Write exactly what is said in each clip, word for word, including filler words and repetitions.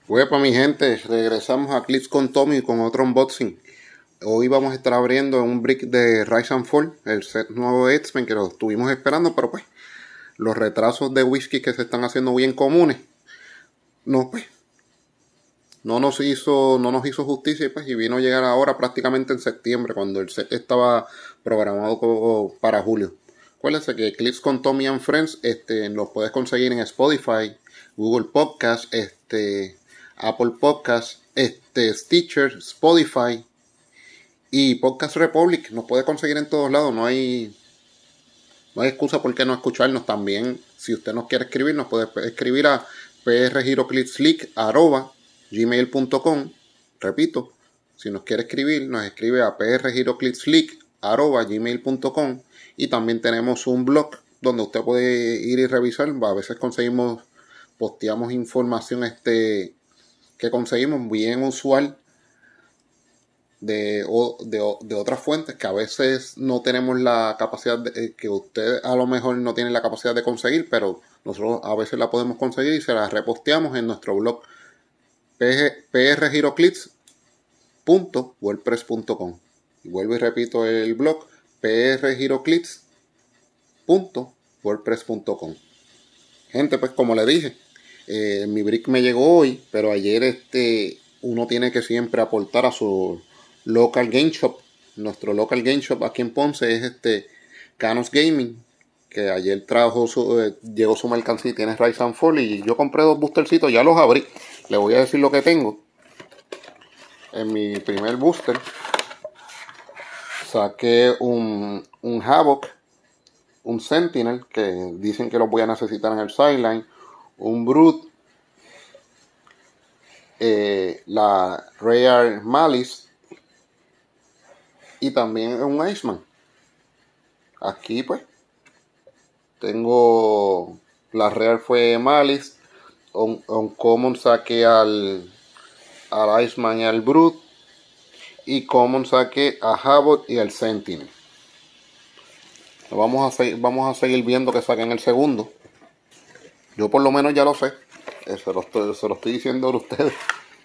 Huepa mi gente, regresamos a Clips con Tommy con otro unboxing. Hoy vamos a estar abriendo un brick de Rise and Fall, el set nuevo de X-Men que lo estuvimos esperando, pero pues los retrasos de whisky que se están haciendo bien comunes, no pues, no nos hizo, no nos hizo justicia y pues y vino a llegar ahora prácticamente en septiembre, cuando el set estaba programado para julio. Acuérdense que Clips con Tommy and Friends este, los puedes conseguir en Spotify, Google Podcast, este, Apple Podcast, este, Stitcher, Spotify y Podcast Republic. Nos puedes conseguir en todos lados. No hay, no hay excusa por qué no escucharnos también. Si usted nos quiere escribir, nos puede escribir a prgiroclickslick arroba gmail punto com. Repito, si nos quiere escribir, nos escribe a prgiroclickslick arroba gmail punto com. Y también tenemos un blog donde usted puede ir y revisar. A veces conseguimos, posteamos información este que conseguimos bien usual de, de, de otras fuentes que a veces no tenemos la capacidad de, que usted a lo mejor no tiene la capacidad de conseguir, pero nosotros a veces la podemos conseguir y se la reposteamos en nuestro blog prgiroclips punto wordpress punto com. Y vuelvo y repito el blog prgiroclips punto wordpress punto com. Gente, pues como le dije, eh, mi brick me llegó hoy, pero ayer este uno tiene que siempre aportar a su local game shop. Nuestro local game shop aquí en Ponce es este Canos Gaming, que ayer trajo su, eh, llegó su mercancía y tiene Rise and Fall, y yo compré dos boostercitos, ya los abrí. Le voy a decir lo que tengo. En mi primer booster saqué un, un Havoc, un Sentinel, que dicen que los voy a necesitar en el sideline, un Brute, eh, la Rare Malice y también un Iceman. Aquí pues tengo la Rare fue Malice, un, un Common saqué al, al Iceman y al Brute, y Common saqué a Havoc y al Sentinel. Vamos a, seguir, vamos a seguir viendo que saquen el segundo. Yo por lo menos ya lo sé. Se lo estoy, se lo estoy diciendo a ustedes.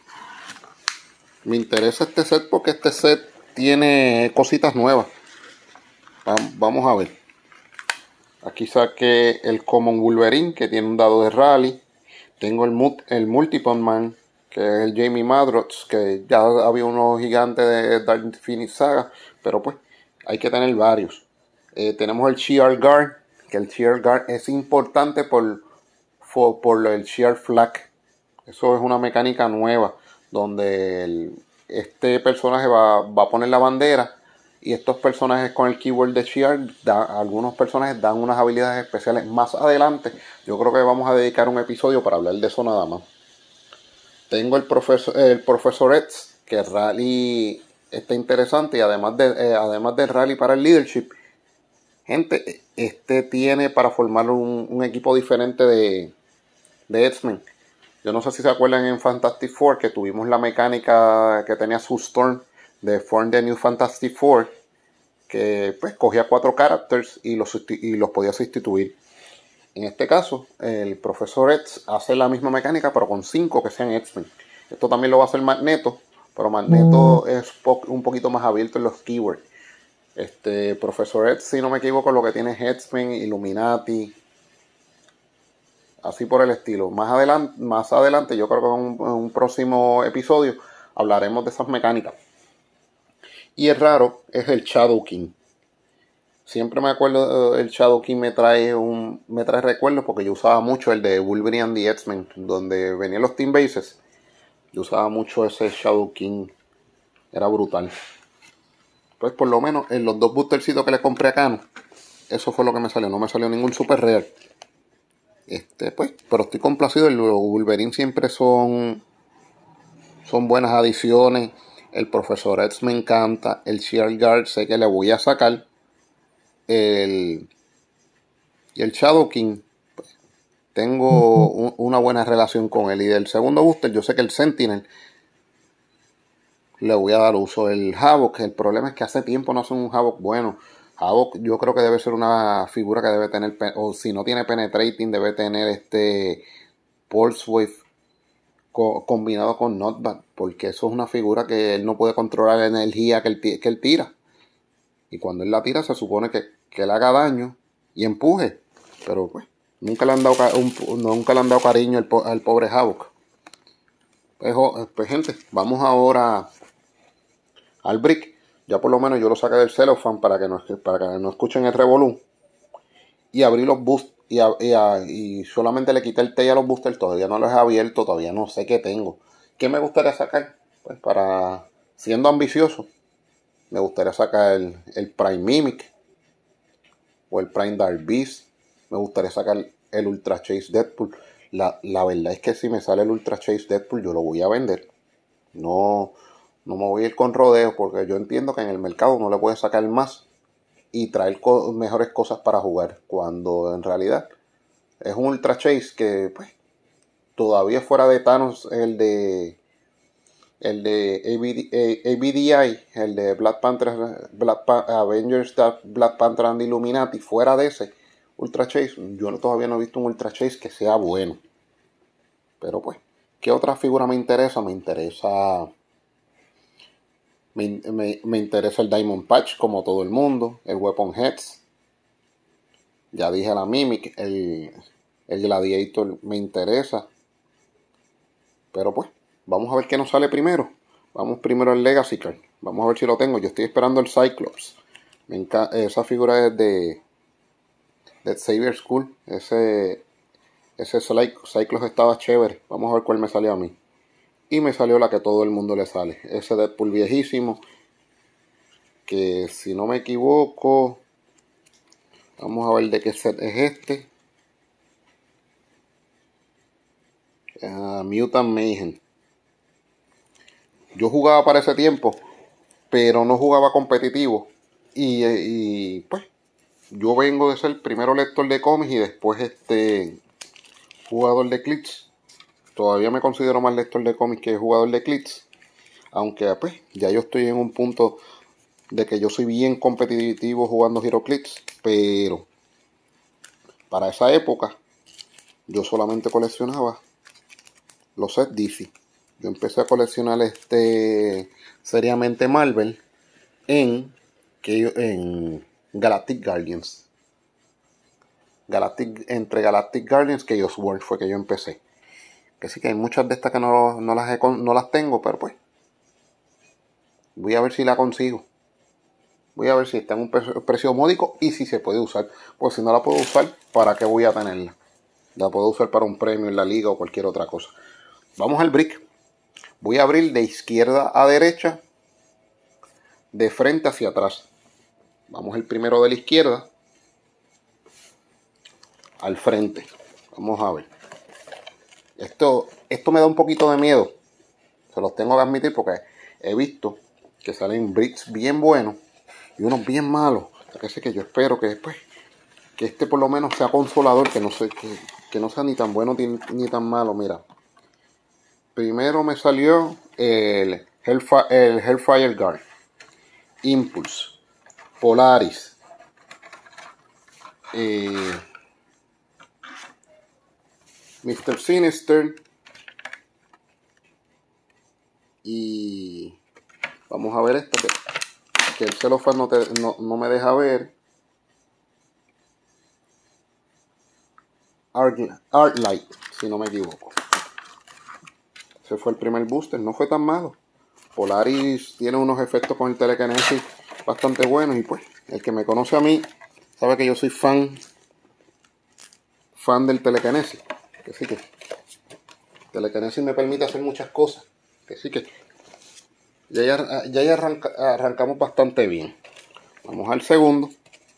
Me interesa este set porque este set tiene cositas nuevas. Vamos a ver. Aquí saqué el Common Wolverine, que tiene un dado de rally. Tengo el, el Multiple Man, que es el Jamie Madrox, que ya había unos gigantes de Dark Infinite Saga, pero pues hay que tener varios. Eh, tenemos el Shear Guard, que el Shear Guard es importante por, por, por el Shear Flag. Eso es una mecánica nueva, donde el, este personaje va, va a poner la bandera, y estos personajes con el keyword de Shear, da, algunos personajes dan unas habilidades especiales más adelante. Yo creo que vamos a dedicar un episodio para hablar de eso nada más. Tengo el profesor, el profesor X, que el rally está interesante, y además de, eh, además del rally para el leadership, gente, este tiene para formar un, un equipo diferente de, de X-Men. Yo no sé si se acuerdan en Fantastic Four que tuvimos la mecánica que tenía Sue Storm de Form the New Fantastic Four, que pues cogía cuatro characters y los, y los podía sustituir. En este caso, el Profesor X hace la misma mecánica, pero con cinco que sean X-Men. Esto también lo va a hacer Magneto, pero Magneto mm. es po un poquito más abierto en los keywords. Este Profesor X, si no me equivoco, lo que tiene es X-Men, Illuminati, así por el estilo. Más adelante, más adelante yo creo que en un, en un próximo episodio hablaremos de esas mecánicas. Y el raro es el Shadow King. Siempre me acuerdo, el Shadow King me trae un me trae recuerdos porque yo usaba mucho el de Wolverine and the X-Men, donde venían los Team Bases. Yo usaba mucho ese Shadow King. Era brutal. Pues por lo menos en los dos boostercitos que le compré acá, no, eso fue lo que me salió. No me salió ningún super rare. Este, pues, pero estoy complacido. Los Wolverine siempre son son buenas adiciones. El Profesor X me encanta. El Shear Guard sé que le voy a sacar. El, y el Shadow King, pues, tengo un, una buena relación con él. Y del segundo booster yo sé que el Sentinel le voy a dar uso. El Havoc, el problema es que hace tiempo no hace un Havoc bueno. Havoc yo creo que debe ser una figura que debe tener, o si no tiene Penetrating, debe tener este Pulse Wave co combinado con Notbat, porque eso es una figura que él no puede controlar la energía que él, que él tira. Y cuando él la tira se supone que, que él haga daño y empuje. Pero pues nunca le han dado, un, nunca le han dado cariño al, po al pobre Havok. Pues, pues gente, vamos ahora al brick. Ya por lo menos yo lo saqué del cellophane para que no, para que no escuchen el revolú. Y abrí los boosters. Y, y, y solamente le quité el tail a los boosters. Todavía no los he abierto. Todavía no sé qué tengo. ¿Qué me gustaría sacar? Pues para, siendo ambicioso, me gustaría sacar el, el Prime Mimic. O el Prime Dark Beast. Me gustaría sacar el Ultra Chase Deadpool. La, la verdad es que si me sale el Ultra Chase Deadpool, yo lo voy a vender. No, no me voy a ir con rodeos, porque yo entiendo que en el mercado no le puedes sacar más y traer co mejores cosas para jugar, cuando en realidad es un Ultra Chase que pues todavía fuera de Thanos, el de el de A B D I, el de Black Panther, Black pa Avengers, Black Panther and Illuminati, fuera de ese Ultra Chase, yo todavía no he visto un Ultra Chase que sea bueno. Pero pues, ¿qué otra figura me interesa? Me interesa Me, me, me interesa el Diamond Patch, como todo el mundo. El Weapon Heads. Ya dije la Mimic. El, el Gladiator me interesa. Pero pues, vamos a ver qué nos sale primero. Vamos primero al Legacy Card. Vamos a ver si lo tengo. Yo estoy esperando el Cyclops. Me encanta, esa figura es de, de Xavier School. Ese, ese Cyclops estaba chévere. Vamos a ver cuál me salió a mí. Y me salió la que todo el mundo le sale. Ese Deadpool viejísimo. Que si no me equivoco. Vamos a ver de qué set es este. Uh, Mutant Mayhem. Yo jugaba para ese tiempo. Pero no jugaba competitivo. Y, y pues. Yo vengo de ser primero lector de cómics. Y después este. Jugador de Clits. Todavía me considero más lector de cómics que jugador de Clits. Aunque pues ya yo estoy en un punto de que yo soy bien competitivo jugando HeroClix. Pero para esa época yo solamente coleccionaba los sets D C. Yo empecé a coleccionar este seriamente Marvel en, que, en Galactic Guardians. Galactic, entre Galactic Guardians que Chaos World fue que yo empecé. Que sí que hay muchas de estas que no, no, las, he, no las tengo, pero pues voy a ver si la consigo. Voy a ver si está en un precio, precio módico y si se puede usar. Pues si no la puedo usar, ¿para qué voy a tenerla? La puedo usar para un premio en la liga o cualquier otra cosa. Vamos al brick. Voy a abrir de izquierda a derecha, de frente hacia atrás. Vamos el primero de la izquierda al frente. Vamos a ver. Esto, esto me da un poquito de miedo. Se los tengo que admitir porque he visto que salen bricks bien buenos y unos bien malos. Así que yo espero que después que este por lo menos sea consolador, que no sé, que, que no sea ni tan bueno ni, ni tan malo. Mira, primero me salió el, Hellfire, el Hellfire Guard, Impulse, Polaris, eh, mister Sinister y vamos a ver esto que, que el celofán no, te, no, no me deja ver. Arclight, si no me equivoco. Ese fue el primer booster, no fue tan malo. Polaris tiene unos efectos con el telekinesis bastante buenos y pues el que me conoce a mí sabe que yo soy fan fan del telekinesis. Que sí que telekinesis me permite hacer muchas cosas. Que sí que ya, ya, ya, ya arranca, arrancamos bastante bien. Vamos al segundo.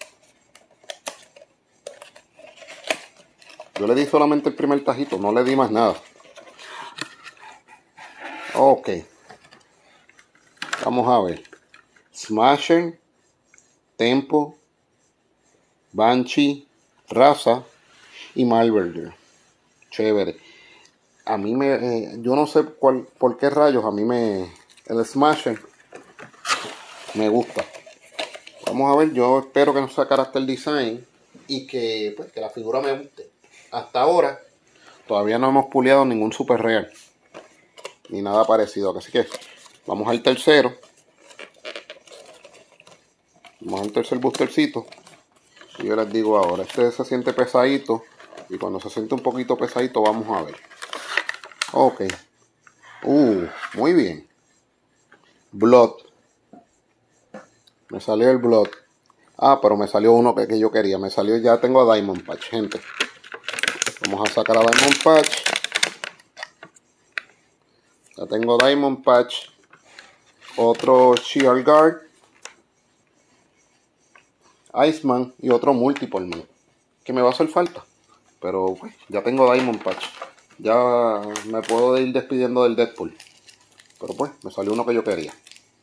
Yo le di solamente el primer tajito, no le di más nada. Ok. Vamos a ver. Smasher, Tempo, Banshee, Raza y Malberger. Chévere. A mí me... Eh, yo no sé cuál, por qué rayos a mí me... El Smasher me gusta. Vamos a ver, yo espero que no sea character design y que, pues, que la figura me guste. Hasta ahora todavía no hemos puliado ningún super real. ni nada parecido. Así que vamos al tercero. Vamos al tercer boostercito. Y yo les digo ahora, este se siente pesadito. Y cuando se siente un poquito pesadito, vamos a ver. Ok. Uh, muy bien. Blood. Me salió el Blood. Ah, pero me salió uno que, que yo quería. Me salió, ya tengo a Diamond Patch, gente. Vamos a sacar a Diamond Patch. Ya tengo Diamond Patch. Otro Shield Guard. Iceman y otro Multiple Man. Que me va a hacer falta. Pero pues, ya tengo Diamond Patch. Ya me puedo ir despidiendo del Deadpool. Pero pues, me salió uno que yo quería.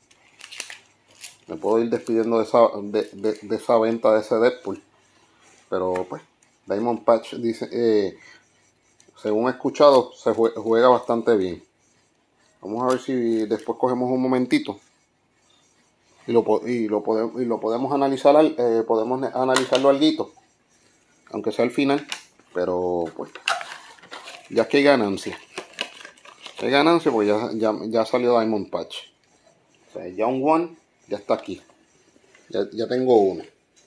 Me puedo ir despidiendo de esa, de, de, de esa venta de ese Deadpool. Pero pues, Diamond Patch dice, eh, según he escuchado, se juega, juega bastante bien. Vamos a ver si después cogemos un momentito y lo, y lo, podemos, y lo podemos analizar, eh, podemos analizarlo alguito, aunque sea al final. Pero pues, ya es que hay ganancia. Hay ganancia porque ya, ya, ya salió Diamond Patch. O sea, ya un One ya está aquí. Ya, ya tengo uno.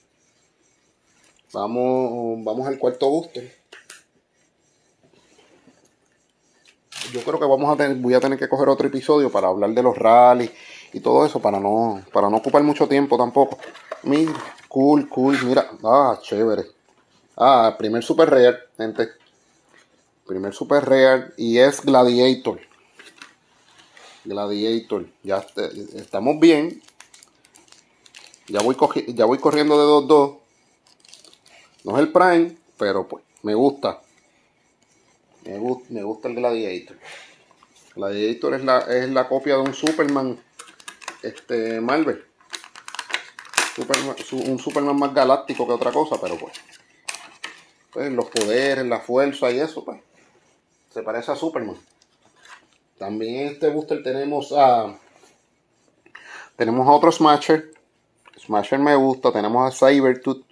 Vamos, vamos al cuarto booster. Yo creo que vamos a tener, voy a tener que coger otro episodio para hablar de los rallies y todo eso, para no, para no ocupar mucho tiempo tampoco. Mira, cool, cool, mira, ah, chévere. Ah, primer super rare, gente. Primer super rare y es Gladiator. Gladiator, ya est estamos bien. Ya voy, ya voy corriendo de dos dos. No es el Prime, pero pues me gusta. Me, gu me gusta el Gladiator. Gladiator es la, es la copia de un Superman este, Marvel. Superman, su, un Superman más galáctico que otra cosa, pero pues, pues los poderes, la fuerza y eso, pues se parece a Superman. También en este booster tenemos a tenemos a otro Smasher. Smasher me gusta. Tenemos a Sabretooth.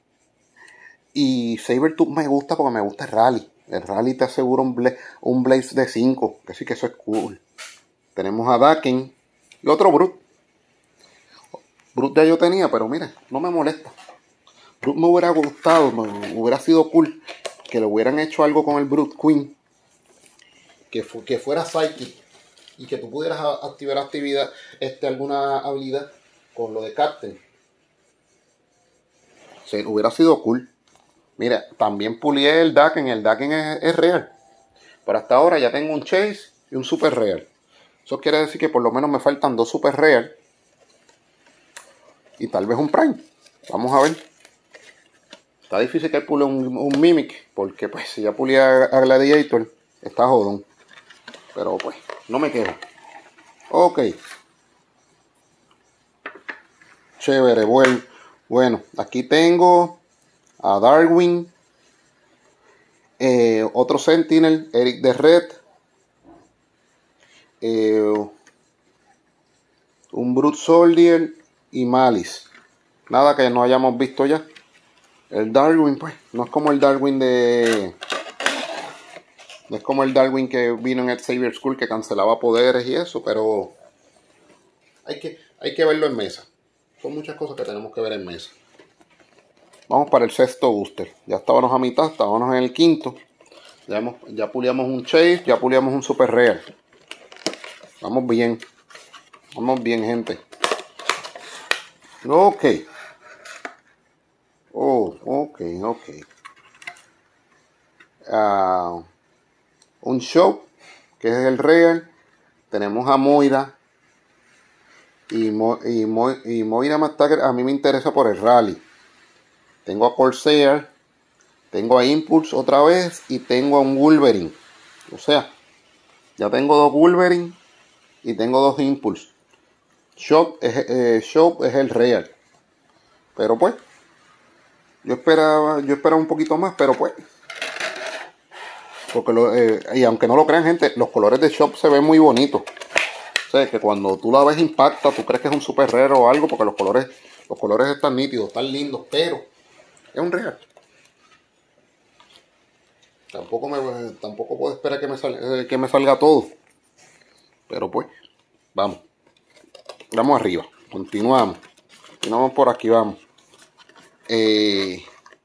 Y Sabretooth me gusta porque me gusta el Rally. El Rally te asegura un, bla un Blaze de cinco. Que sí que eso es cool. Tenemos a Daken. Y otro Brute. Brute ya yo tenía, pero mira, no me molesta. Brute me hubiera gustado, me hubiera sido cool que le hubieran hecho algo con el Brute Queen. Que, fu que fuera Psychic. Y que tú pudieras activar actividad, este, alguna habilidad con lo de Captain. O sea, hubiera sido cool. Mira, también pulié el Daken. El Daken es, es real. Pero hasta ahora ya tengo un Chase y un Super Real. Eso quiere decir que por lo menos me faltan dos Super Real. Y tal vez un Prime. Vamos a ver. Está difícil que él pule un, un Mimic. Porque pues si ya pulé a, a Gladiator, está jodón. Pero pues, no me quejo. Ok. Chévere, bueno. Bueno, aquí tengo a Darwin. Eh, otro Sentinel, Eric the Red. Eh, un Brute Soldier y Malice. Nada que no hayamos visto ya. El Darwin, pues, no es como el Darwin de... No es como el Darwin que vino en el Xavier School que cancelaba poderes y eso, pero hay que, hay que verlo en mesa. Son muchas cosas que tenemos que ver en mesa. Vamos para el sexto booster. Ya estábamos a mitad, estábamos en el quinto. Ya, hemos, ya puliamos un Chase, ya puliamos un Super Rare. Vamos bien. Vamos bien, gente. Ok. Oh, ok, ok. Uh, un Show, que es el Real. Tenemos a Moira. Y, Mo, y, Mo, y Moira Mattacker a mí me interesa por el Rally. Tengo a Corsair. Tengo a Impulse otra vez. Y tengo a un Wolverine. O sea, ya tengo dos Wolverine. Y tengo dos Impulse. Show es, eh, Show es el Real. Pero pues, yo esperaba, yo esperaba un poquito más, pero pues. Porque lo, eh, y aunque no lo crean, gente, los colores de Shop se ven muy bonitos. O sea, que cuando tú la ves impacta, tú crees que es un super rare o algo, porque los colores, los colores están nítidos, están lindos, pero es un real. Tampoco me, tampoco puedo esperar que me, sal, eh, que me salga todo. Pero pues, vamos. Vamos arriba. Continuamos. Continuamos por aquí, vamos. Eh,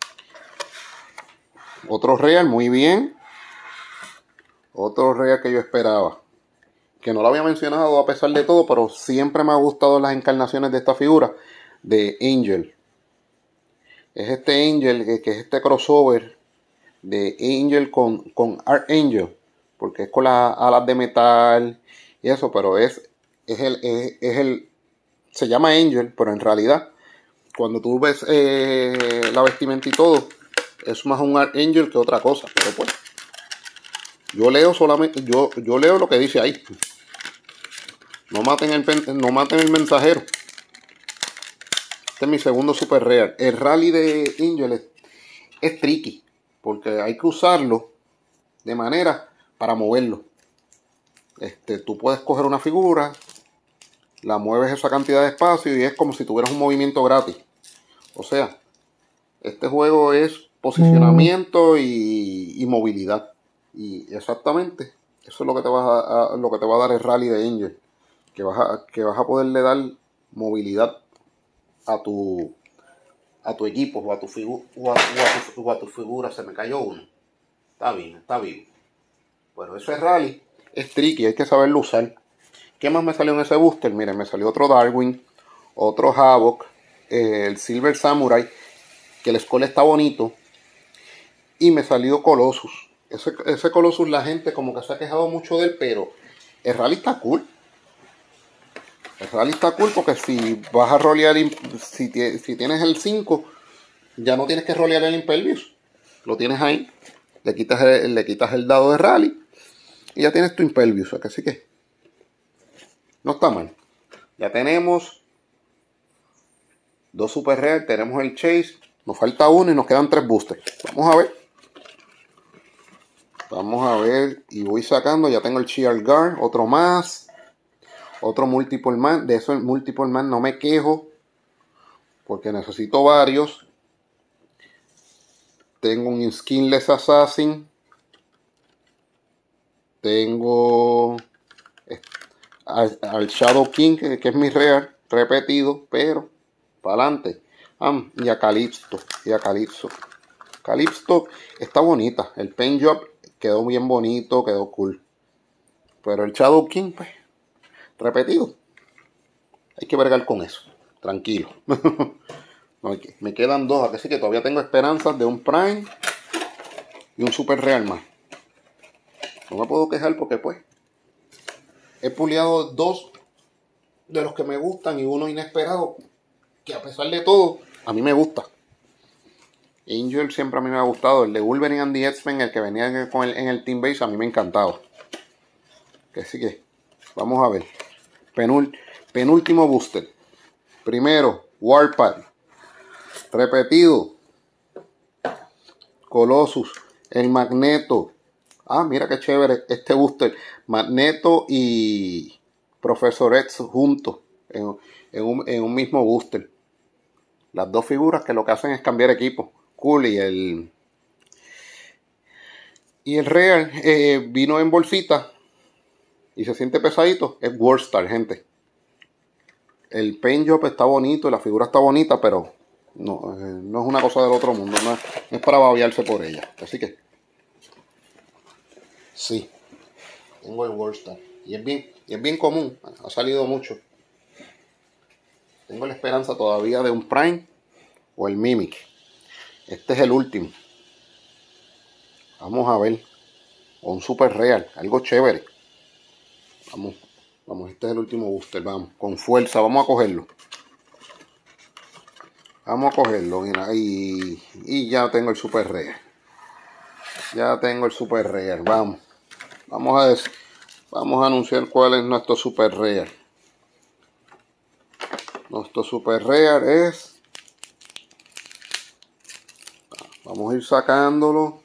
otro real, muy bien. Otro real que yo esperaba. Que no lo había mencionado a pesar de todo, pero siempre me ha gustado las encarnaciones de esta figura. De Angel. Es este Angel, que, que es este crossover de Angel con, con Archangel. Porque es con las alas de metal y eso, pero es, es, el, es, es el... Se llama Angel, pero en realidad, cuando tú ves eh, la vestimenta y todo, es más un Archangel que otra cosa. Pero pues, yo leo solamente, yo, yo leo lo que dice ahí. No maten el, no maten el mensajero. Este es mi segundo super rare. El rally de Angel es, es tricky, porque hay que usarlo de manera para moverlo. Este, tú puedes coger una figura, la mueves esa cantidad de espacio y es como si tuvieras un movimiento gratis. O sea, este juego es posicionamiento y, y movilidad. Y exactamente, eso es lo que te va a, a, lo que te va a dar el rally de Angel. Que vas a, que vas a poderle dar movilidad a tu a tu equipo o a tu, figu o a, o a, tu, o a tu figura. Se me cayó uno. Está bien, está vivo. Bueno, ese rally es tricky, hay que saberlo usar. ¿Qué más me salió en ese booster? Miren, me salió otro Darwin, otro Havoc, eh, el Silver Samurai, que el skull está bonito. Y me salió Colossus. Ese, ese Colossus la gente como que se ha quejado mucho de él, pero el rally está cool. El rally está cool porque si vas a rolear, si, si tienes el cinco, ya no tienes que rolear el Impervious. Lo tienes ahí, le quitas el, le quitas el dado de rally y ya tienes tu Impervious. Así que no está mal. Ya tenemos dos super rare, tenemos el Chase, nos falta uno y nos quedan tres boosters. Vamos a ver. Vamos a ver y voy sacando, ya tengo el Shear Guard, otro más. Otro Multiple Man, de eso el Multiple Man no me quejo, porque necesito varios. Tengo un Skinless Assassin. Tengo al, al Shadow King, que, que es mi rare, repetido, pero para adelante. Ah, y a Calypso, y a Calypso. Calypso está bonita, el paint job quedó bien bonito, quedó cool. Pero el Shadow King, pues, repetido. Hay que bregar con eso, tranquilo. Me quedan dos, así que todavía tengo esperanzas de un Prime y un Super Real más. No me puedo quejar porque pues he puliado dos de los que me gustan y uno inesperado que a pesar de todo a mí me gusta. Angel siempre a mí me ha gustado. El de Wolverine and the X-Men, el que venía en el, con el, en el Team Base, a mí me encantaba. Así que vamos a ver. Penul, penúltimo booster. Primero, Warpath. Repetido. Colossus. El Magneto. Ah, mira qué chévere este booster. Magneto y Professor X juntos en, en, un, en un mismo booster. Las dos figuras que lo que hacen es cambiar equipo. Cool. Y el y el Real eh, vino en bolsita y se siente pesadito. Es Worldstar, gente. El paint job está bonito, la figura está bonita, pero no, eh, no es una cosa del otro mundo. No es, no es para babiarse por ella. Así que sí, tengo el Worldstar. Y es bien, y es bien común. Ha salido mucho. Tengo la esperanza todavía de un Prime o el Mimic. Este es el último. Vamos a ver. O un Super Real. Algo chévere. Vamos. Vamos. Este es el último booster. Vamos. Con fuerza. Vamos a cogerlo. Vamos a cogerlo. Mira. Y, y ya tengo el Super Real. Ya tengo el Super Real. Vamos. Vamos a decir. Vamos a anunciar cuál es nuestro Super Real. Nuestro Super Real es... Vamos a ir sacándolo.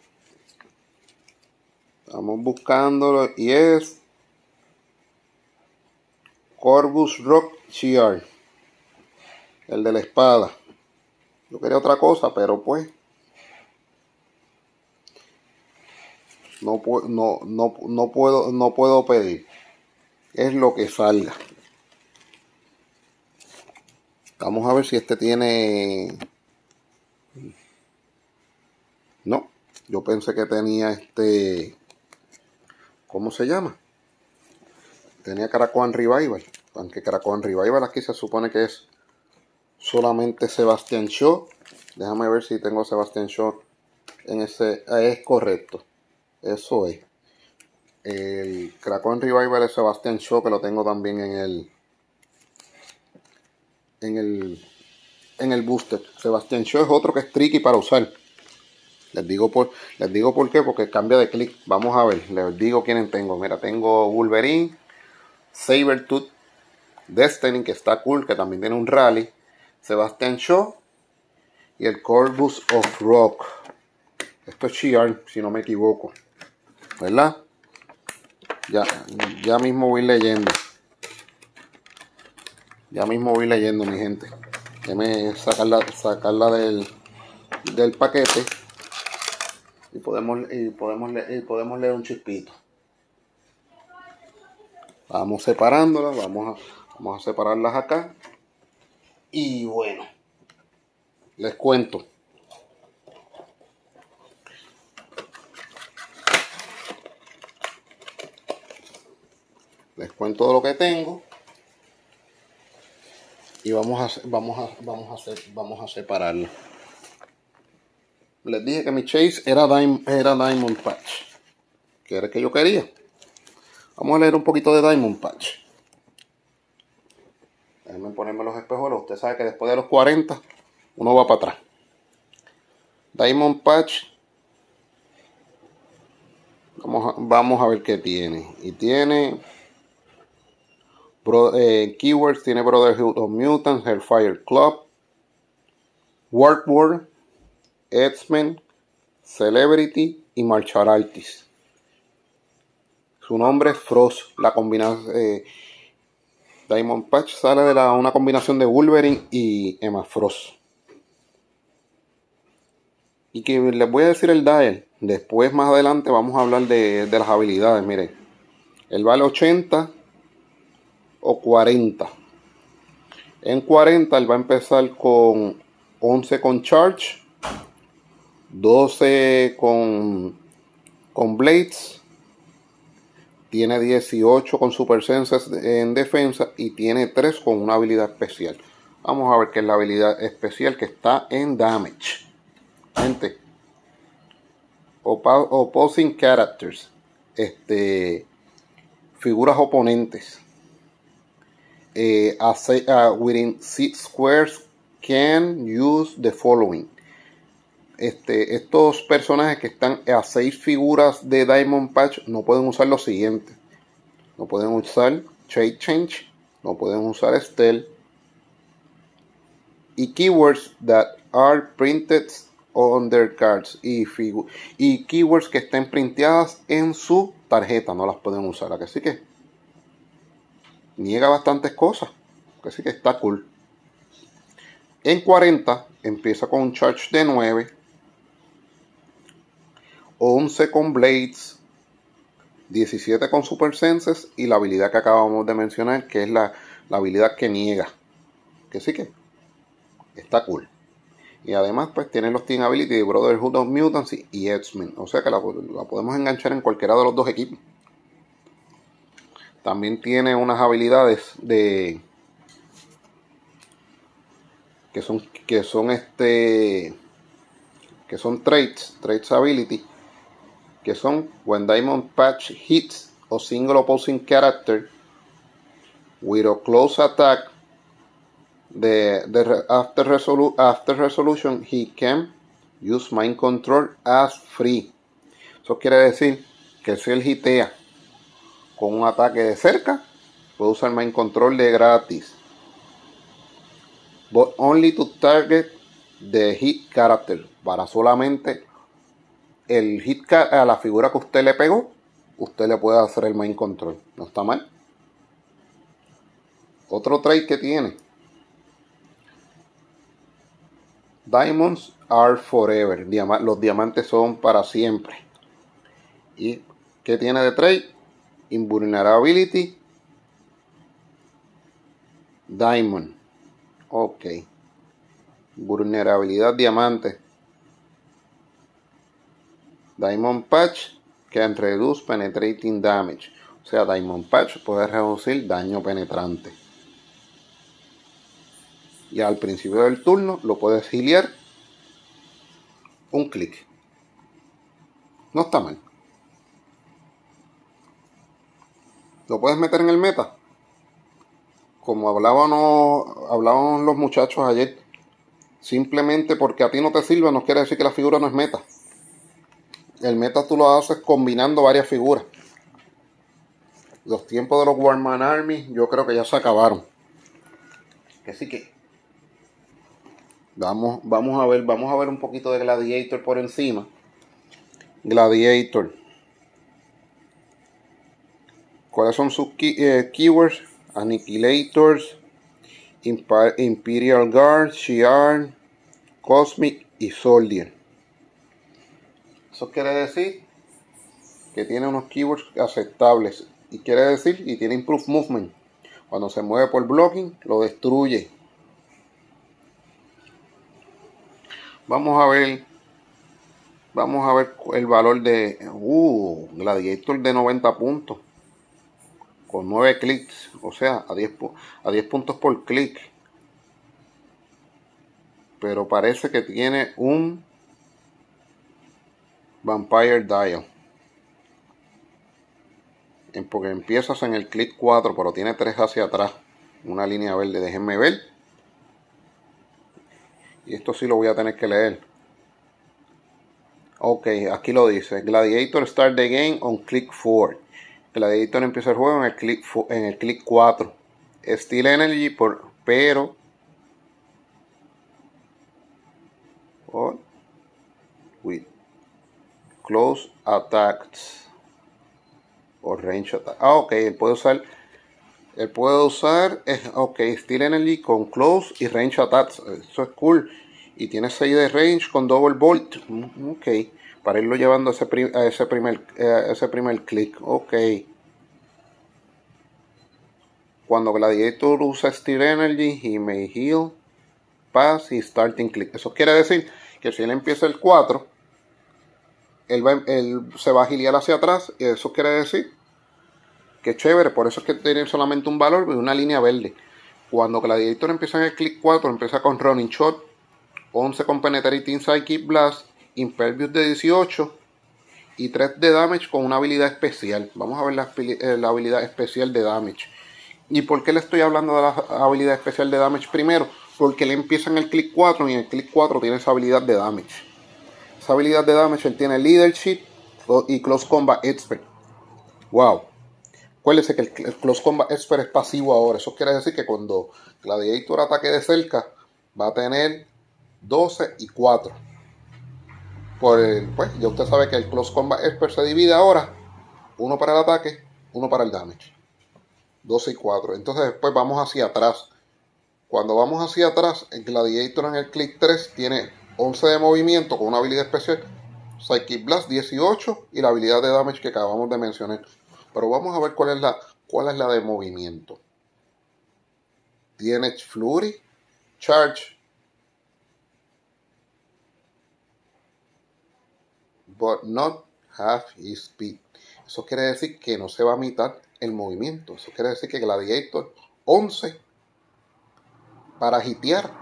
Vamos buscándolo. Y es... Corvus Rock Shear. El de la espada. Yo quería otra cosa, pero pues... No, no, no, no, puedo, no puedo pedir. es lo que salga. Vamos a ver si este tiene... No, yo pensé que tenía este... ¿Cómo se llama? Tenía Caracoan Revival. Aunque Caracoan Revival aquí se supone que es solamente Sebastian Shaw. Déjame ver si tengo Sebastian Shaw en ese... Ah, es correcto. Eso es. El Caracoan Revival es Sebastian Shaw, que lo tengo también en el... En el... En el booster. Sebastian Shaw es otro que es tricky para usar. Les digo por, les digo por qué, porque cambia de clic. Vamos a ver, les digo quiénes tengo. Mira, tengo Wolverine, Sabretooth, Destiny, que está cool, que también tiene un rally, Sebastian Shaw y el Corvus of Rock. Esto es Shi'ar, si no me equivoco, ¿verdad? Ya, ya mismo voy leyendo. Ya mismo voy leyendo, mi gente. Déjame sacarla, sacarla del, del paquete. Y podemos, y, podemos leer, y podemos leer un chispito. Vamos separándolas, vamos a, vamos a separarlas acá. Y bueno, les cuento. Les cuento de lo que tengo. Y vamos a, vamos a, vamos a, hacer, vamos a separarlas. Les dije que mi Chase era, Diamond, era Diamond Patch, que era el que yo quería. Vamos a leer un poquito de Diamond Patch. Déjenme ponerme los espejuelos. Usted sabe que después de los cuarenta uno va para atrás. Diamond Patch. Vamos a, vamos a ver qué tiene. Y tiene bro, eh, keywords. Tiene Brotherhood of Mutants, Hellfire Club, Warpworld, X-Men, Celebrity y Martial Artist. Su nombre es Frost. La combinación eh, Diamond Patch sale de la, una combinación de Wolverine y Emma Frost. Y que les voy a decir el dial. Después, más adelante, vamos a hablar de, de las habilidades. Miren, él vale ochenta o cuarenta. En cuarenta él va a empezar con once con Charge, doce con, con Blades, tiene dieciocho con Super Senses en defensa y tiene tres con una habilidad especial. Vamos a ver qué es la habilidad especial que está en Damage. Gente, Opposing Characters, este, figuras oponentes. Eh, a, uh, within six squares can use the following. Este, estos personajes que están a seis figuras de Diamond Patch no pueden usar lo siguiente. No pueden usar Trade Change, no pueden usar Stealth y keywords that are printed on their cards y, y keywords que estén printeadas en su tarjeta no las pueden usar. Así que niega bastantes cosas, así que está cool. En cuarenta empieza con un charge de nueve, once con Blades, diecisiete con Super Senses y la habilidad que acabamos de mencionar, que es la, la habilidad que niega. Que sí que está cool. Y además pues tiene los Team Ability de Brotherhood of Mutants y, y X-Men. O sea que la, la podemos enganchar en cualquiera de los dos equipos. También tiene unas habilidades de que son que son este que son traits, traits ability, que son when Diamond Patch hits a single opposing character with a close attack, the, the after, resolu after resolution he can use mind control as free. Eso quiere decir que si él hitea con un ataque de cerca, puede usar mind control de gratis, but only to target the hit character, para solamente el hit a la figura que usted le pegó, usted le puede hacer el mind control. No está mal. Otro trait que tiene: Diamonds are forever. Diama los diamantes son para siempre. ¿Y qué tiene de trait? Invulnerability, Diamond. Ok. Vulnerabilidad diamante. Diamond Patch can reduce penetrating damage. O sea, Diamond Patch puede reducir daño penetrante. Y al principio del turno lo puedes giliar un clic. No está mal. Lo puedes meter en el meta. Como hablábamos, hablaban los muchachos ayer. Simplemente porque a ti no te sirve no quiere decir que la figura no es meta. El meta tú lo haces combinando varias figuras. Los tiempos de los Warman Army yo creo que ya se acabaron. Así que vamos, vamos a ver, vamos a ver un poquito de Gladiator por encima. Gladiator. ¿Cuáles son sus key, eh, keywords? Annihilators, Imp- Imperial Guard, Shi'ar, Cosmic y Soldier. Eso quiere decir que tiene unos keywords aceptables. Y quiere decir, y tiene Improved Movement. Cuando se mueve por blocking, lo destruye. Vamos a ver. Vamos a ver el valor de... Uh, Gladiator de noventa puntos. Con nueve clics. O sea, a diez, a diez puntos por clic. Pero parece que tiene un Vampire Dial. Porque empiezas en el clic cuatro, pero tiene tres hacia atrás. Una línea verde. Déjenme ver. Y esto sí lo voy a tener que leer. Ok, aquí lo dice. Gladiator start the game on click four. Gladiator empieza el juego en el click, en el click cuatro. Steel Energy, por, pero... Oh, with close attacks. O range attack. Ah, ok, él puede usar... Él puede usar... Ok, Steel Energy con close y range attacks. Eso es cool. Y tiene seis de range con double bolt. Ok. Para irlo llevando a ese, prim, a ese primer a ese primer click. Ok. Cuando Gladiator usa Steel Energy, he may heal, pass y starting click. Eso quiere decir que si él empieza el cuatro, él, va, él se va a giliar hacia atrás. Y eso quiere decir que chévere. Por eso es que tiene solamente un valor y una línea verde. Cuando Gladiator empieza en el click cuatro, empieza con Running Shot, once con Penetrating Psychic Blast, Impervious de dieciocho y tres de damage con una habilidad especial. Vamos a ver la, la habilidad especial de damage. ¿Y por qué le estoy hablando de la habilidad especial de damage primero? Porque él empieza en el click cuatro y en el click cuatro tiene esa habilidad de damage. Esa habilidad de damage él tiene Leadership y Close Combat Expert. Wow. Acuérdense que el Close Combat Expert es pasivo ahora. Eso quiere decir que cuando Gladiator ataque de cerca va a tener doce y cuatro. Por el, pues ya usted sabe que el Close Combat Expert se divide ahora. Uno para el ataque, uno para el damage. doce y cuatro. Entonces después vamos hacia atrás. Cuando vamos hacia atrás, el Gladiator en el click tres tiene once de movimiento con una habilidad especial. Psychic Blast dieciocho y la habilidad de damage que acabamos de mencionar. Pero vamos a ver cuál es la, cuál es la de movimiento. Tiene Flurry, Charge, but not half his speed. Eso quiere decir que no se va a mitad el movimiento. Eso quiere decir que Gladiator once para hitear.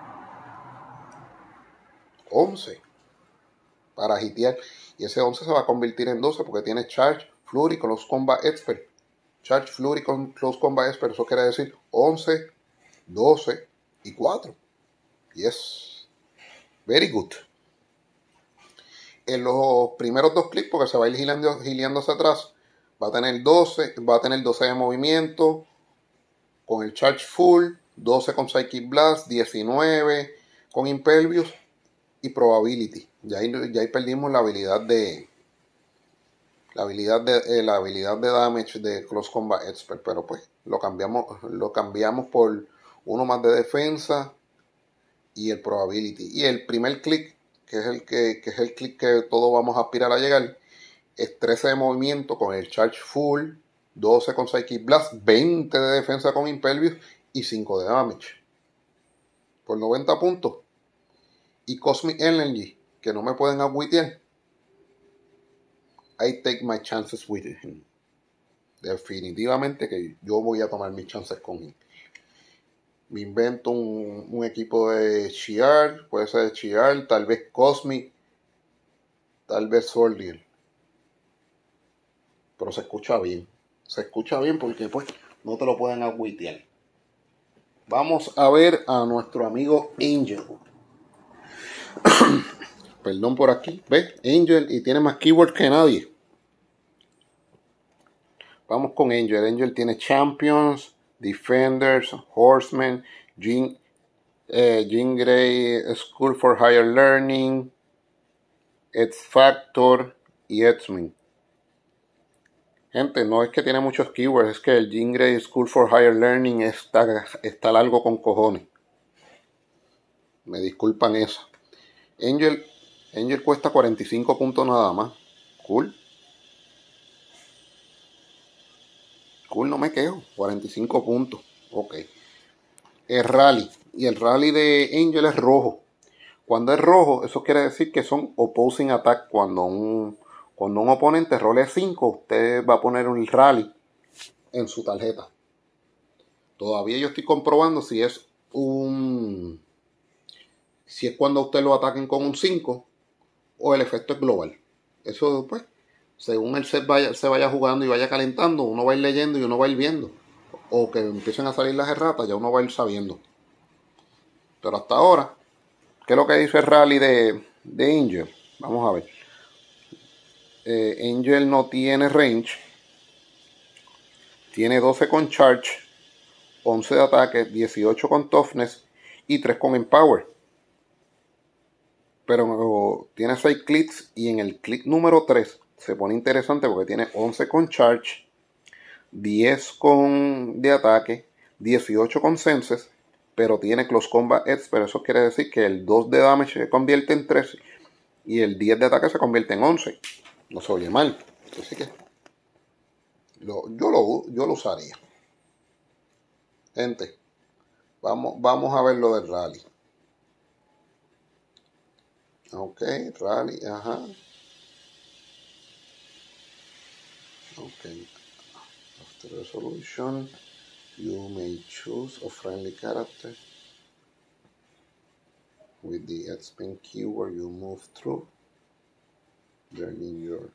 once para hitear. Y ese once se va a convertir en doce porque tiene Charge, Flurry, Close Combat Expert. Charge, Flurry con Close Combat Expert. Eso quiere decir once, doce y cuatro. Yes. Very good. En los primeros dos clics, porque se va a ir gileando, gileando hacia atrás, va a tener doce, va a tener doce de movimiento con el Charge Full, doce con Psychic Blast, diecinueve con Impervious y Probability. Ya ahí, ya ahí perdimos la habilidad de la habilidad de eh, la habilidad de damage de Close Combat Expert, pero pues lo cambiamos lo cambiamos por uno más de defensa y el Probability. Y el primer clic, que es el que, que es el clic que todos vamos a aspirar a llegar, es trece de movimiento con el Charge Full, doce con Psychic Blast, veinte de defensa con Impervious y cinco de damage. Por noventa puntos. Y Cosmic Energy, que no me pueden agüitear. I take my chances with him. Definitivamente que yo voy a tomar mis chances con él. Me invento un, un equipo de Shiar, puede ser de Shiar, tal vez Cosmic, tal vez Soldier. Pero se escucha bien. Se escucha bien porque pues no te lo pueden agüitear. Vamos a ver a nuestro amigo Angel. Perdón por aquí. ¿Ves? Angel y tiene más keywords que nadie. Vamos con Angel. Angel tiene Champions, Defenders, Horsemen, Jean, eh, Jean Grey, School for Higher Learning, X Factor y X-Men. Gente, no es que tiene muchos keywords, es que el Jean Grey School for Higher Learning está, está largo con cojones. Me disculpan eso. Angel, Angel cuesta cuarenta y cinco puntos nada más. Cool. Cool, no me quejo. cuarenta y cinco puntos. Ok. El rally. Y el rally de Angel es rojo. Cuando es rojo, eso quiere decir que son opposing attack. Cuando un, cuando un oponente role cinco, usted va a poner un rally en su tarjeta. Todavía yo estoy comprobando si es un... Si es cuando usted lo ataquen con un cinco o el efecto es global. Eso pues, según el set vaya, se vaya jugando y vaya calentando, uno va a ir leyendo y uno va a ir viendo. O que empiecen a salir las erratas, ya uno va a ir sabiendo. Pero hasta ahora, ¿qué es lo que dice el rally de, de Angel? Vamos a ver. Eh, Angel no tiene range. Tiene doce con charge, once de ataque, dieciocho con toughness y tres con empower. Pero tiene seis clics y en el clic número tres se pone interesante porque tiene once con charge, diez con de ataque, dieciocho con senses, pero tiene close combat edge, pero eso quiere decir que el dos de damage se convierte en tres y el diez de ataque se convierte en once. No se oye mal, así que lo, yo, lo, yo lo usaría. Gente, vamos, vamos a ver lo del rally. Ok, rally, ajá. Ok. After resolution, you may choose a friendly character. With the X-Men keyword, you move through. Learning your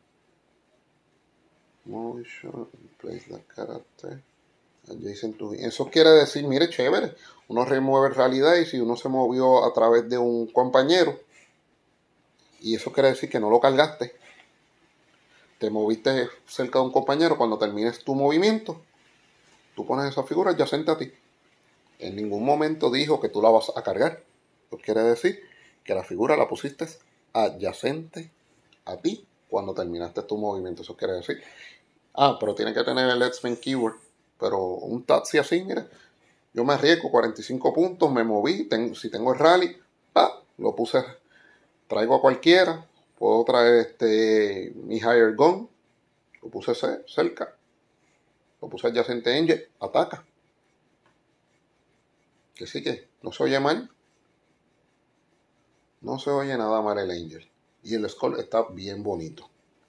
motion, place the character adjacent to him. Eso quiere decir, mire, chévere, uno remueve realidad y si uno se movió a través de un compañero, y eso quiere decir que no lo cargaste, te moviste cerca de un compañero, cuando termines tu movimiento, tú pones esa figura adyacente a ti. En ningún momento dijo que tú la vas a cargar. Eso quiere decir que la figura la pusiste adyacente a ti cuando terminaste tu movimiento. Eso quiere decir. Ah, pero tiene que tener el X-Men keyword. Pero un taxi así, mira. Yo me arriesgo cuarenta y cinco puntos, me moví. Tengo, si tengo el rally, ah, lo puse. Traigo a cualquiera. Puedo traer este mi Higher Gun. Lo puse cerca. Lo puse adyacente a Angel. Ataca. Que sí que no se oye mal. No se oye nada mal el Angel. Y el Skull está bien bonito.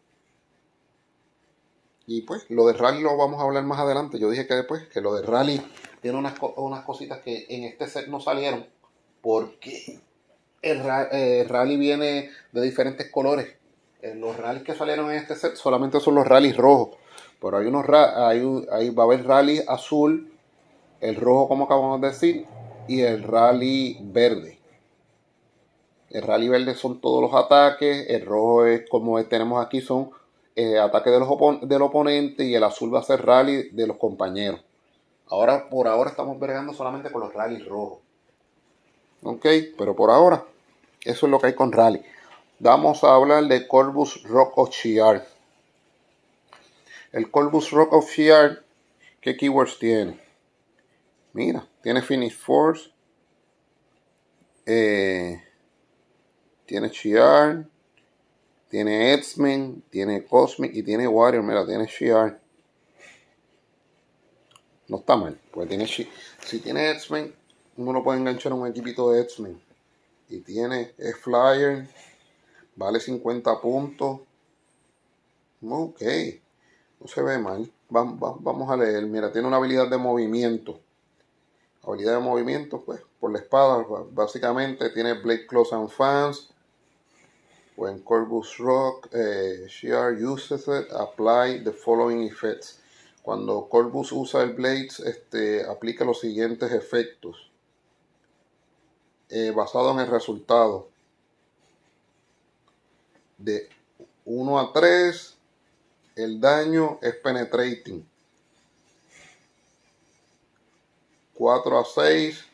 Y pues, lo de rally lo vamos a hablar más adelante. Yo dije que después, que lo de rally tiene unas, unas cositas que en este set no salieron. Porque el, el rally viene de diferentes colores. Los rallies que salieron en este set solamente son los rallies rojos. Pero hay unos hay, hay, va a haber rally azul, el rojo como acabamos de decir, y el rally verde. El rally verde son todos los ataques, el rojo es como tenemos aquí, son eh, ataques de los opon del oponente, y el azul va a ser rally de los compañeros. Ahora, por ahora estamos bregando solamente con los rallies rojos. Ok, pero por ahora, eso es lo que hay con rally. Vamos a hablar de Corvus Rock of Shi'ar. El Corvus Rock of Shi'ar, ¿qué keywords tiene? Mira, tiene Finish Force, eh, tiene Shi'ar, tiene X-Men, tiene Cosmic y tiene Warrior. Mira, tiene Shi'ar. No está mal. Pues tiene, si tiene X-Men, uno lo puede enganchar a un equipito de X-Men. Y tiene, es Flyer, vale cincuenta puntos. Ok, no se ve mal. Vamos, vamos a leer. Mira, tiene una habilidad de movimiento. Habilidad de movimiento, pues, por la espada, básicamente tiene Blade Claws and Fans. When Corvus Rock, eh, Shear uses it, apply the following effects. Cuando Corvus usa el Blades, este, aplica los siguientes efectos. Eh, basado en el resultado. De uno a tres, el daño es penetrating. cuatro a seis,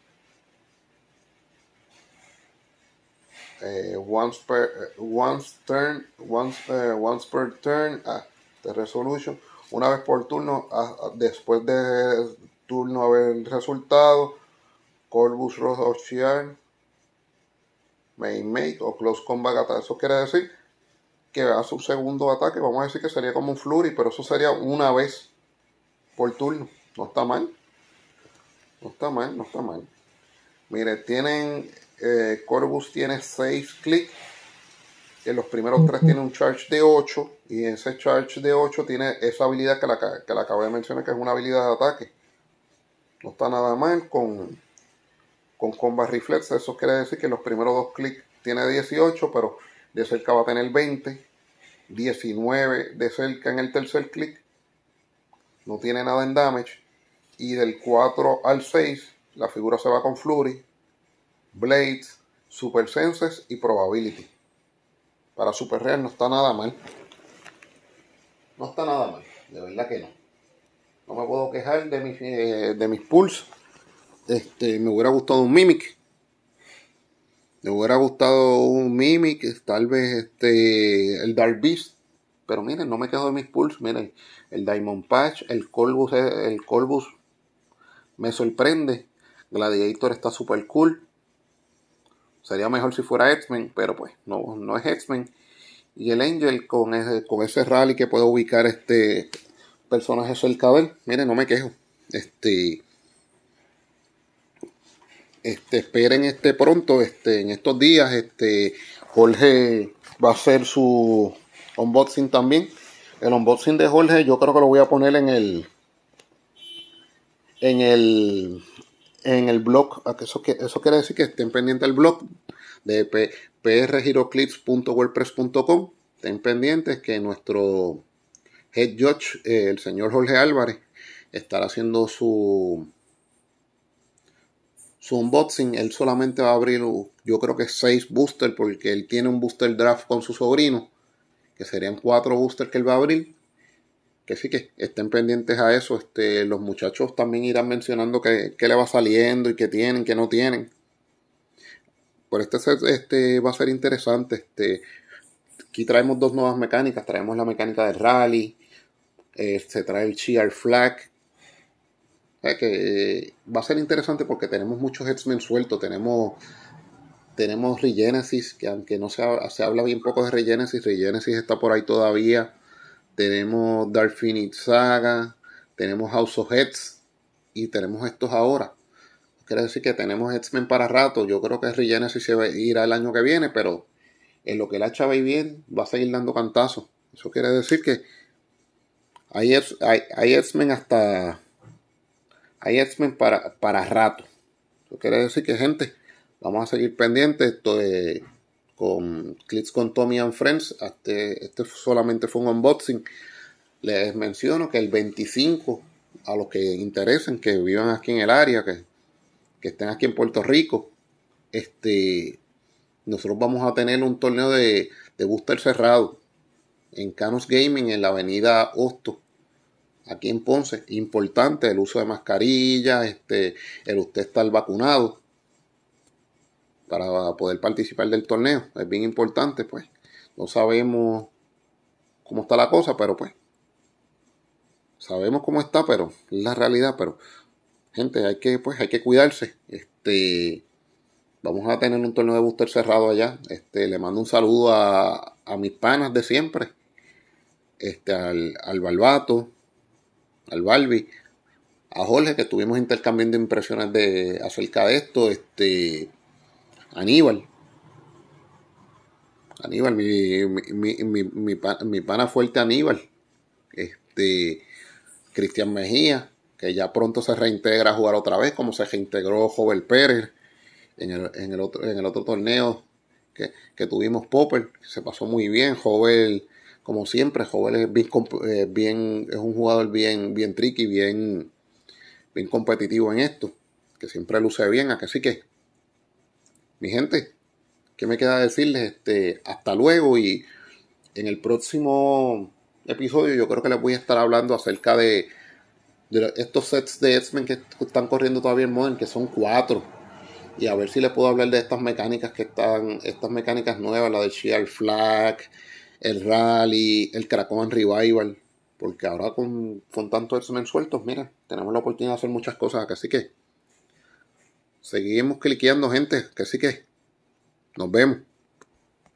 eh, once per once turn, once, uh, once per turn, ah, the resolution, una vez por turno, ah, ah, después de turno haber resultado, Corvus Rock of Shear, Main Mate o Close Combat Attack. Eso quiere decir que hace un segundo ataque, vamos a decir que sería como un Flurry, pero eso sería una vez por turno. No está mal. No está mal, no está mal. Mire, tienen, eh, Corvus tiene seis clics. En los primeros tres tiene un charge de ocho. Y ese charge de ocho tiene esa habilidad que la, que la acabé de mencionar, que es una habilidad de ataque. No está nada mal con, con Combat Reflex. Eso quiere decir que en los primeros dos clics tiene dieciocho, pero de cerca va a tener veinte. diecinueve de cerca en el tercer clic. No tiene nada en damage. Y del cuatro al seis, la figura se va con Flurry, Blades, Super Senses y Probability. Para Super Rare no está nada mal. No está nada mal. De verdad que no. No me puedo quejar de mis, eh, de mis pulls. Este, me hubiera gustado un Mimic. Me hubiera gustado un Mimic. Tal vez este, el Dark Beast. Pero miren, no me quedo de mis pulls. Miren, el Diamond Patch, el Corvus, el Corvus me sorprende. Gladiator está super cool. Sería mejor si fuera X-Men, pero pues no, no es X-Men. Y el Angel con ese, con ese rally que puede ubicar este personaje cerca de él. Miren, no me quejo. Este, este, esperen este pronto, este, en estos días, este, Jorge va a hacer su unboxing también. El unboxing de Jorge yo creo que lo voy a poner en el en el en el blog. Eso, eso quiere decir que estén pendientes del blog de p r giroclips punto wordpress punto com. Estén pendientes que nuestro head judge, eh, el señor Jorge Álvarez, estará haciendo su su unboxing. Él solamente va a abrir, yo creo que seis boosters, porque él tiene un booster draft con su sobrino, que serían cuatro boosters que él va a abrir. Que sí, que estén pendientes a eso. Este, los muchachos también irán mencionando que, que le va saliendo y que tienen, que no tienen. Por este set, este va a ser interesante. Este, aquí traemos dos nuevas mecánicas. Traemos la mecánica de rally. Eh, se trae el Shear Flag. Eh, que eh, va a ser interesante porque tenemos muchos X-Men sueltos. Tenemos, tenemos Regenesis, que aunque no se, se habla bien poco de Regenesis, Regenesis está por ahí todavía. Tenemos Dark Phoenix Saga, tenemos House of X y tenemos estos ahora. Quiere decir que tenemos X-Men para rato. Yo creo que Regenesis se va a ir el año que viene, pero en lo que la chava y bien va a seguir dando cantazos. Eso quiere decir que hay, hay, hay X-Men hasta... Hay X-Men para, para rato. Eso quiere decir que, gente, vamos a seguir pendientes. Esto de, con Clips con Tommy and Friends. Este, este solamente fue un unboxing. Les menciono que el veinticinco, a los que interesen, que vivan aquí en el área, que, que estén aquí en Puerto Rico, este, nosotros vamos a tener un torneo de, de booster cerrado en Canos Gaming en la avenida Hosto, aquí en Ponce. Importante el uso de mascarilla, este, el usted estar vacunado para poder participar del torneo. Es bien importante, pues. No sabemos cómo está la cosa, pero pues sabemos cómo está, pero es la realidad. Pero gente, hay que, pues, hay que cuidarse. Este, vamos a tener un torneo de booster cerrado allá. Este, le mando un saludo a, a mis panas de siempre. Este, al, al Barbato, al Balbi, a Jorge, que estuvimos intercambiando impresiones de acerca de esto. Este, Aníbal. Aníbal, mi, mi, mi, mi, mi, mi pana fuerte Aníbal. Este, Cristian Mejía, que ya pronto se reintegra a jugar otra vez, como se reintegró Jovel Pérez en el, en el, otro, en el otro torneo que, que tuvimos Popper. Se pasó muy bien. Jovel, como siempre, Jovel es bien, eh, bien, es un jugador bien, bien tricky, bien, bien competitivo en esto, que siempre luce bien. Así que, mi gente, ¿qué me queda decirles? Este, hasta luego, y en el próximo episodio yo creo que les voy a estar hablando acerca de, de estos sets de X-Men que están corriendo todavía en Modern, que son cuatro, y a ver si les puedo hablar de estas mecánicas que están, estas mecánicas nuevas, la de Sheer Flag, el Rally, el Krakoan Revival, porque ahora con, con tantos X-Men sueltos, mira, tenemos la oportunidad de hacer muchas cosas, así que seguimos cliqueando, gente, que así que nos vemos.